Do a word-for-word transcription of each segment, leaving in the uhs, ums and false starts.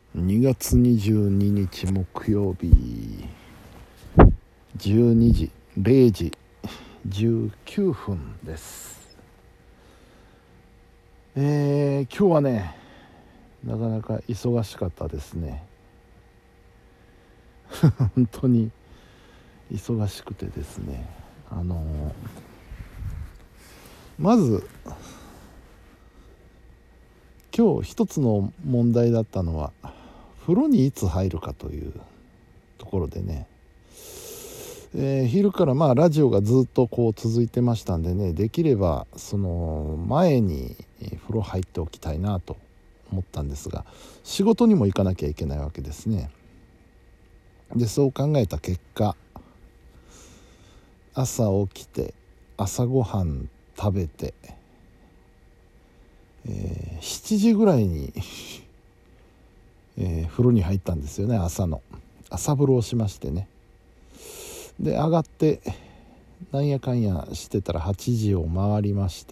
にがつにじゅうににち木曜日じゅうにじれいじじゅうきゅうふんです。えー、今日はねなかなか忙しかったですね本当に忙しくてですねあのー、まず今日一つの問題だったのは風呂にいつ入るかというところでね、えー、昼からまあラジオがずっとこう続いてましたんでね、できればその前に風呂入っておきたいなと思ったんですが、仕事にも行かなきゃいけないわけですね。でそう考えた結果、朝起きて朝ごはん食べて、えー、しちじぐらいにえー、風呂に入ったんですよね。朝の朝風呂をしましてね。で上がってなんやかんやしてたらはちじを回りまして、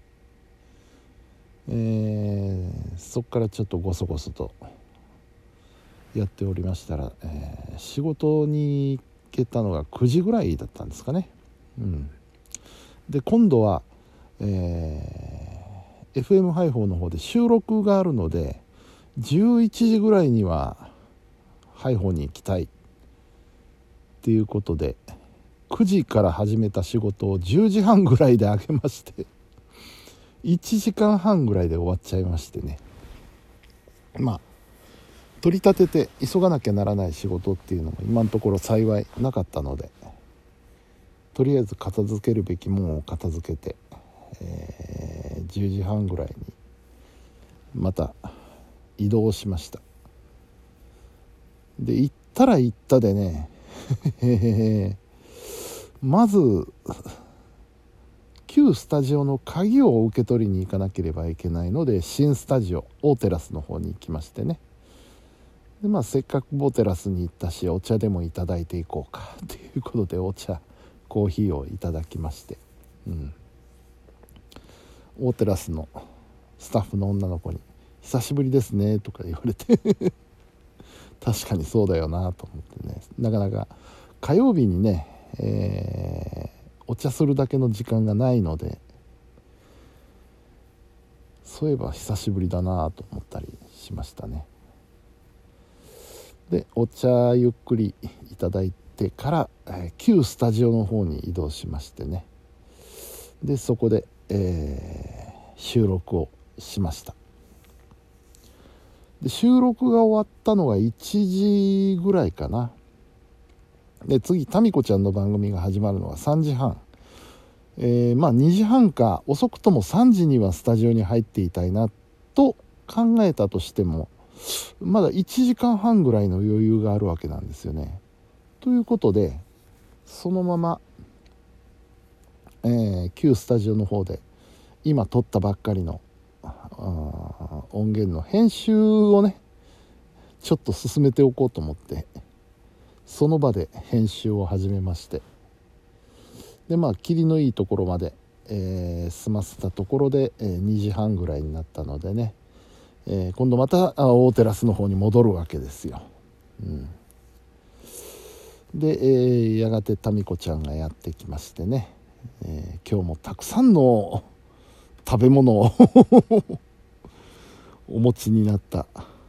えー、そこからちょっとごそごそとやっておりましたら、えー、仕事に行けたのがくじぐらいだったんですかね。うん、で今度は、えー、エフエム 配報の方で収録があるのでじゅういちじぐらいには配報に行きたいっていうことでくじから始めた仕事をじゅうじはんぐらいで上げましていちじかんはんぐらいで終わっちゃいましてね。まあ取り立てて急がなきゃならない仕事っていうのも今のところ幸いなかったので、とりあえず片付けるべきものを片付けて、えー、じゅうじはんぐらいにまた移動しました。で行ったら行ったでねまず旧スタジオの鍵を受け取りに行かなければいけないので、新スタジオオーテラスの方に行きましてね。でまあせっかくボーテラスに行ったしお茶でもいただいていこうかということでお茶コーヒーをいただきまして、うん、オーテラスのスタッフの女の子に久しぶりですねとか言われて確かにそうだよなと思ってね、なかなか火曜日にね、えー、お茶するだけの時間がないので、そういえば久しぶりだなと思ったりしましたね。でお茶ゆっくりいただいてから、えー、旧スタジオの方に移動しましてね。でそこで、えー、収録をしました。で収録が終わったのがいちじぐらいかな。で次タミコちゃんの番組が始まるのがさんじはん、えー、まあにじはんか遅くともさんじにはスタジオに入っていたいなと考えたとしても、まだいちじかんはんぐらいの余裕があるわけなんですよね。ということでそのまま、えー、旧スタジオの方で今撮ったばっかりの音源の編集をねちょっと進めておこうと思ってその場で編集を始めまして、でまあ切りのいいところまで、えー、済ませたところで、えー、にじはんぐらいになったのでね、えー、今度また大テラスの方に戻るわけですよ。うん、で、えー、やがてタミコちゃんがやってきましてね、えー、今日もたくさんの食べ物をお持ちになった、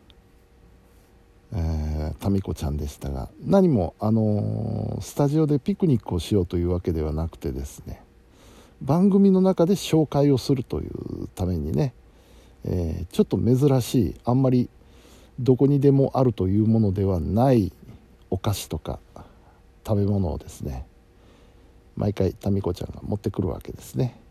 えー、タミコちゃんでしたが、何も、あのー、スタジオでピクニックをしようというわけではなくてですね、番組の中で紹介をするというためにね、えー、ちょっと珍しい、あんまりどこにでもあるというものではないお菓子とか食べ物をですね毎回タミコちゃんが持ってくるわけですね。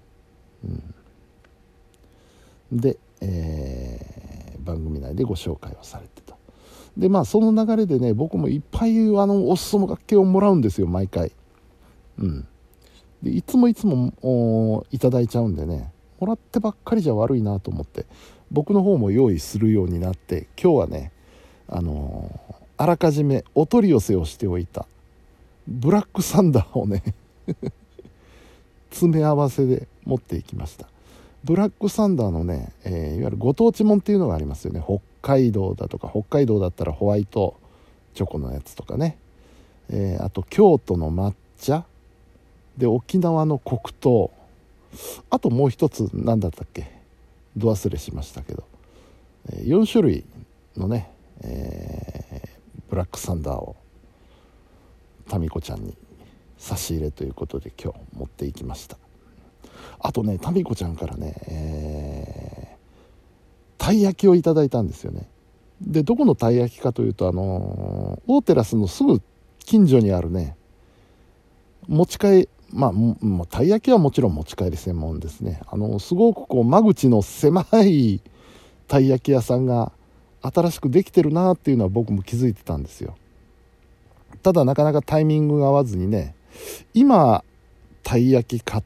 うん、で、えー、番組内でご紹介をされてと。でまあその流れでね僕もいっぱいあのお裾分けをもらうんですよ毎回。うん、でいつもいつもいただいちゃうんでね、もらってばっかりじゃ悪いなと思って僕の方も用意するようになって、今日はねあのー、あらかじめお取り寄せをしておいたブラックサンダーをね詰め合わせで持っていきました。 ブラックサンダーのね、えー、いわゆるご当地もんっていうのがありますよね。北海道だとか、北海道だったらホワイトチョコのやつとかね、えー、あと京都の抹茶で、沖縄の黒糖、あともう一つ何だったっけ、ど忘れしましたけど、えー、よん種類のね、えー、ブラックサンダーをタミコちゃんに差し入れということで今日持っていきました。あとね、タミコちゃんからね、えー、たい焼きをいただいたんですよね。で、どこのたい焼きかというと、あのー、大テラスのすぐ近所にあるね、持ち帰まあもうたい焼きはもちろん持ち帰り専門ですね。あのすごくこう間口の狭いたい焼き屋さんが新しくできてるなっていうのは僕も気づいてたんですよ。ただなかなかタイミングが合わずにね、今たい焼き買って、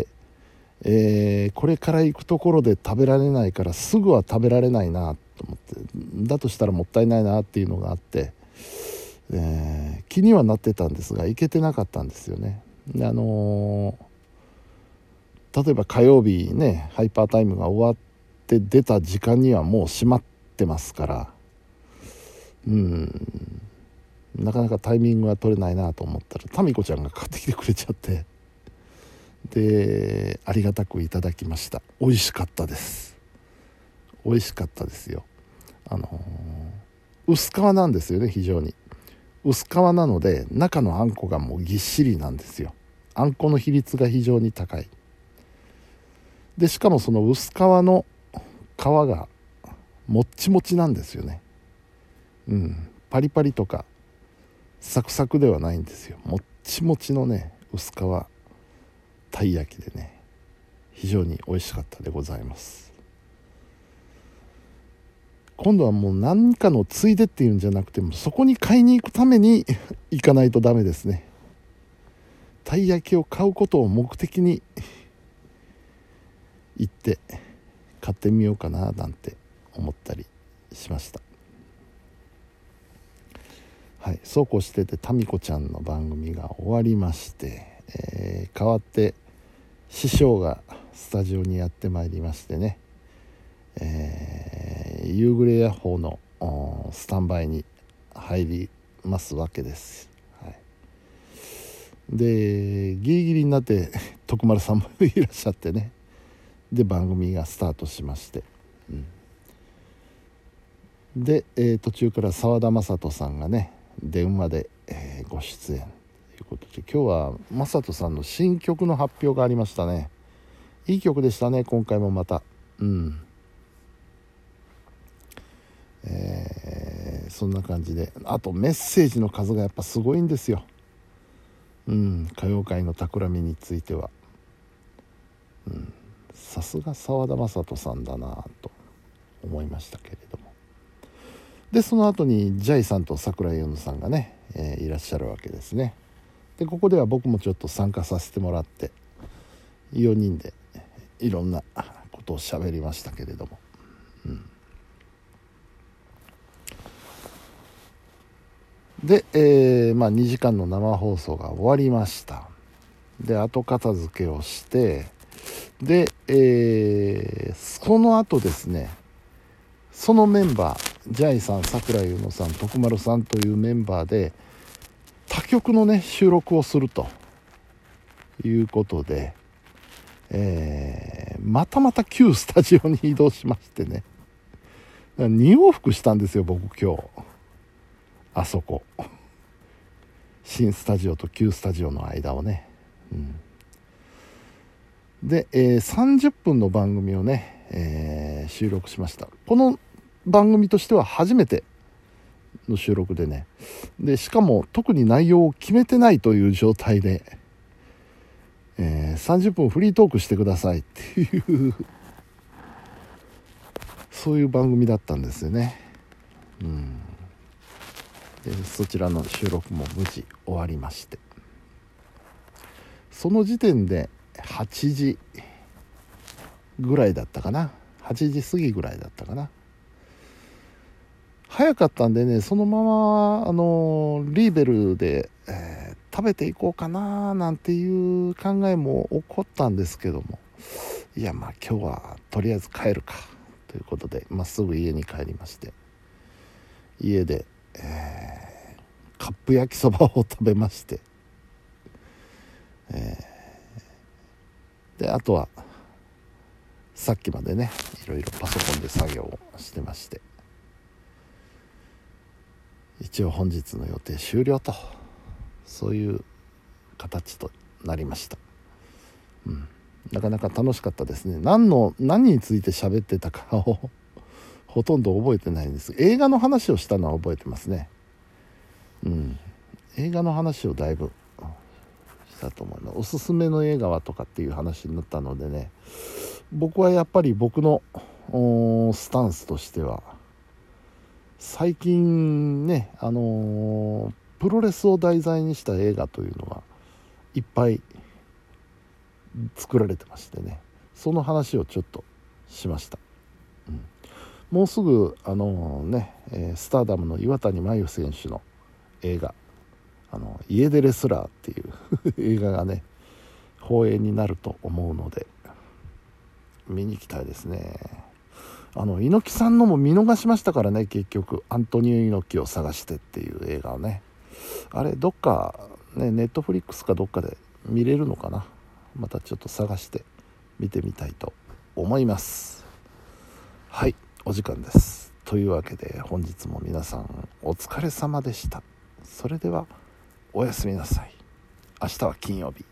えー、これから行くところで食べられないからすぐは食べられないなと思って、だとしたらもったいないなっていうのがあって、えー、気にはなってたんですが行けてなかったんですよね。であのー、例えば火曜日ね、ハイパータイムが終わって出た時間にはもう閉まってますから、うんなかなかタイミングが取れないなと思ったらタミコちゃんが買ってきてくれちゃって、でありがたくいただきました。美味しかったです。美味しかったですよ。あのー、薄皮なんですよね。非常に薄皮なので中のあんこがもうぎっしりなんですよ。あんこの比率が非常に高いで、しかもその薄皮の皮がもっちもちなんですよね。うんパリパリとかサクサクではないんですよ。もっちもちのね薄皮たい焼きでね、非常に美味しかったでございます。今度はもう何かのついでっていうんじゃなくても、そこに買いに行くために行かないとダメですね。たい焼きを買うことを目的に行って買ってみようかななんて思ったりしました。はい、そうこうしててタミコちゃんの番組が終わりまして、えー、代わって師匠がスタジオにやってまいりましてね、えー、夕暮れヤッホーのスタンバイに入りますわけです、はい、でギリギリになって徳丸さんもいらっしゃってね、で番組がスタートしまして、うん、で、えー、途中から沢田雅人さんがね電話で、えー、ご出演ということで、今日は雅人さんの新曲の発表がありましたね。いい曲でしたね、今回もまた。うんえー、そんな感じで、あとメッセージの数がやっぱすごいんですよ。うん歌謡界の企みについては、うん、さすが沢田雅人さんだなと思いましたけれども、でその後にジャイさんと桜井ヨヌさんがね、えー、いらっしゃるわけですね。でここでは僕もちょっと参加させてもらって、よにんでいろんなことを喋りましたけれども、うんで、えーまあ、にじかんの生放送が終わりました。で後片付けをして、で、えー、その後ですね、そのメンバージャイさん、桜井宇野さん、徳丸さんというメンバーで他局のね収録をするということで、えー、またまた旧スタジオに移動しましてね、に往復したんですよ僕今日。あそこ新スタジオと旧スタジオの間をね、うん、で、えー、さんじゅっぷんの番組をね、えー、収録しました。この番組としては初めての収録でね、でしかも特に内容を決めてないという状態で、えー、さんじゅっぷんフリートークしてくださいっていうそういう番組だったんですよね。うんでそちらの収録も無事終わりまして、その時点ではちじぐらいだったかな、はちじ過ぎぐらいだったかな。早かったんでね、そのままあのリーベルで、えー、食べていこうかななんていう考えも起こったんですけども、 いやまあ今日はとりあえず帰るかということで、まっすぐ家に帰りまして、家で、えー、カップ焼きそばを食べまして、えー、であとはさっきまでねいろいろパソコンで作業をしてまして、一応本日の予定終了と、そういう形となりました。うん、なかなか楽しかったですね。何の何について喋ってたかをほとんど覚えてないんです。映画の話をしたのは覚えてますね。うん、映画の話をだいぶしたと思います。おすすめの映画はとかっていう話になったのでね、僕はやっぱり僕のスタンスとしては、最近ね、あのー、プロレスを題材にした映画というのがいっぱい作られてましてね、その話をちょっとしました。うん、もうすぐあのー、ね、えー、スターダムの岩谷真由選手の映画、あの家出レスラーっていう映画がね放映になると思うので見に行きたいですね。あの猪木さんのも見逃しましたからね、結局アントニオ猪木を探してっていう映画をね、あれどっかねネットフリックスかどっかで見れるのかな。またちょっと探して見てみたいと思います。はい、お時間です。というわけで本日も皆さんお疲れ様でした。それではおやすみなさい。明日は金曜日。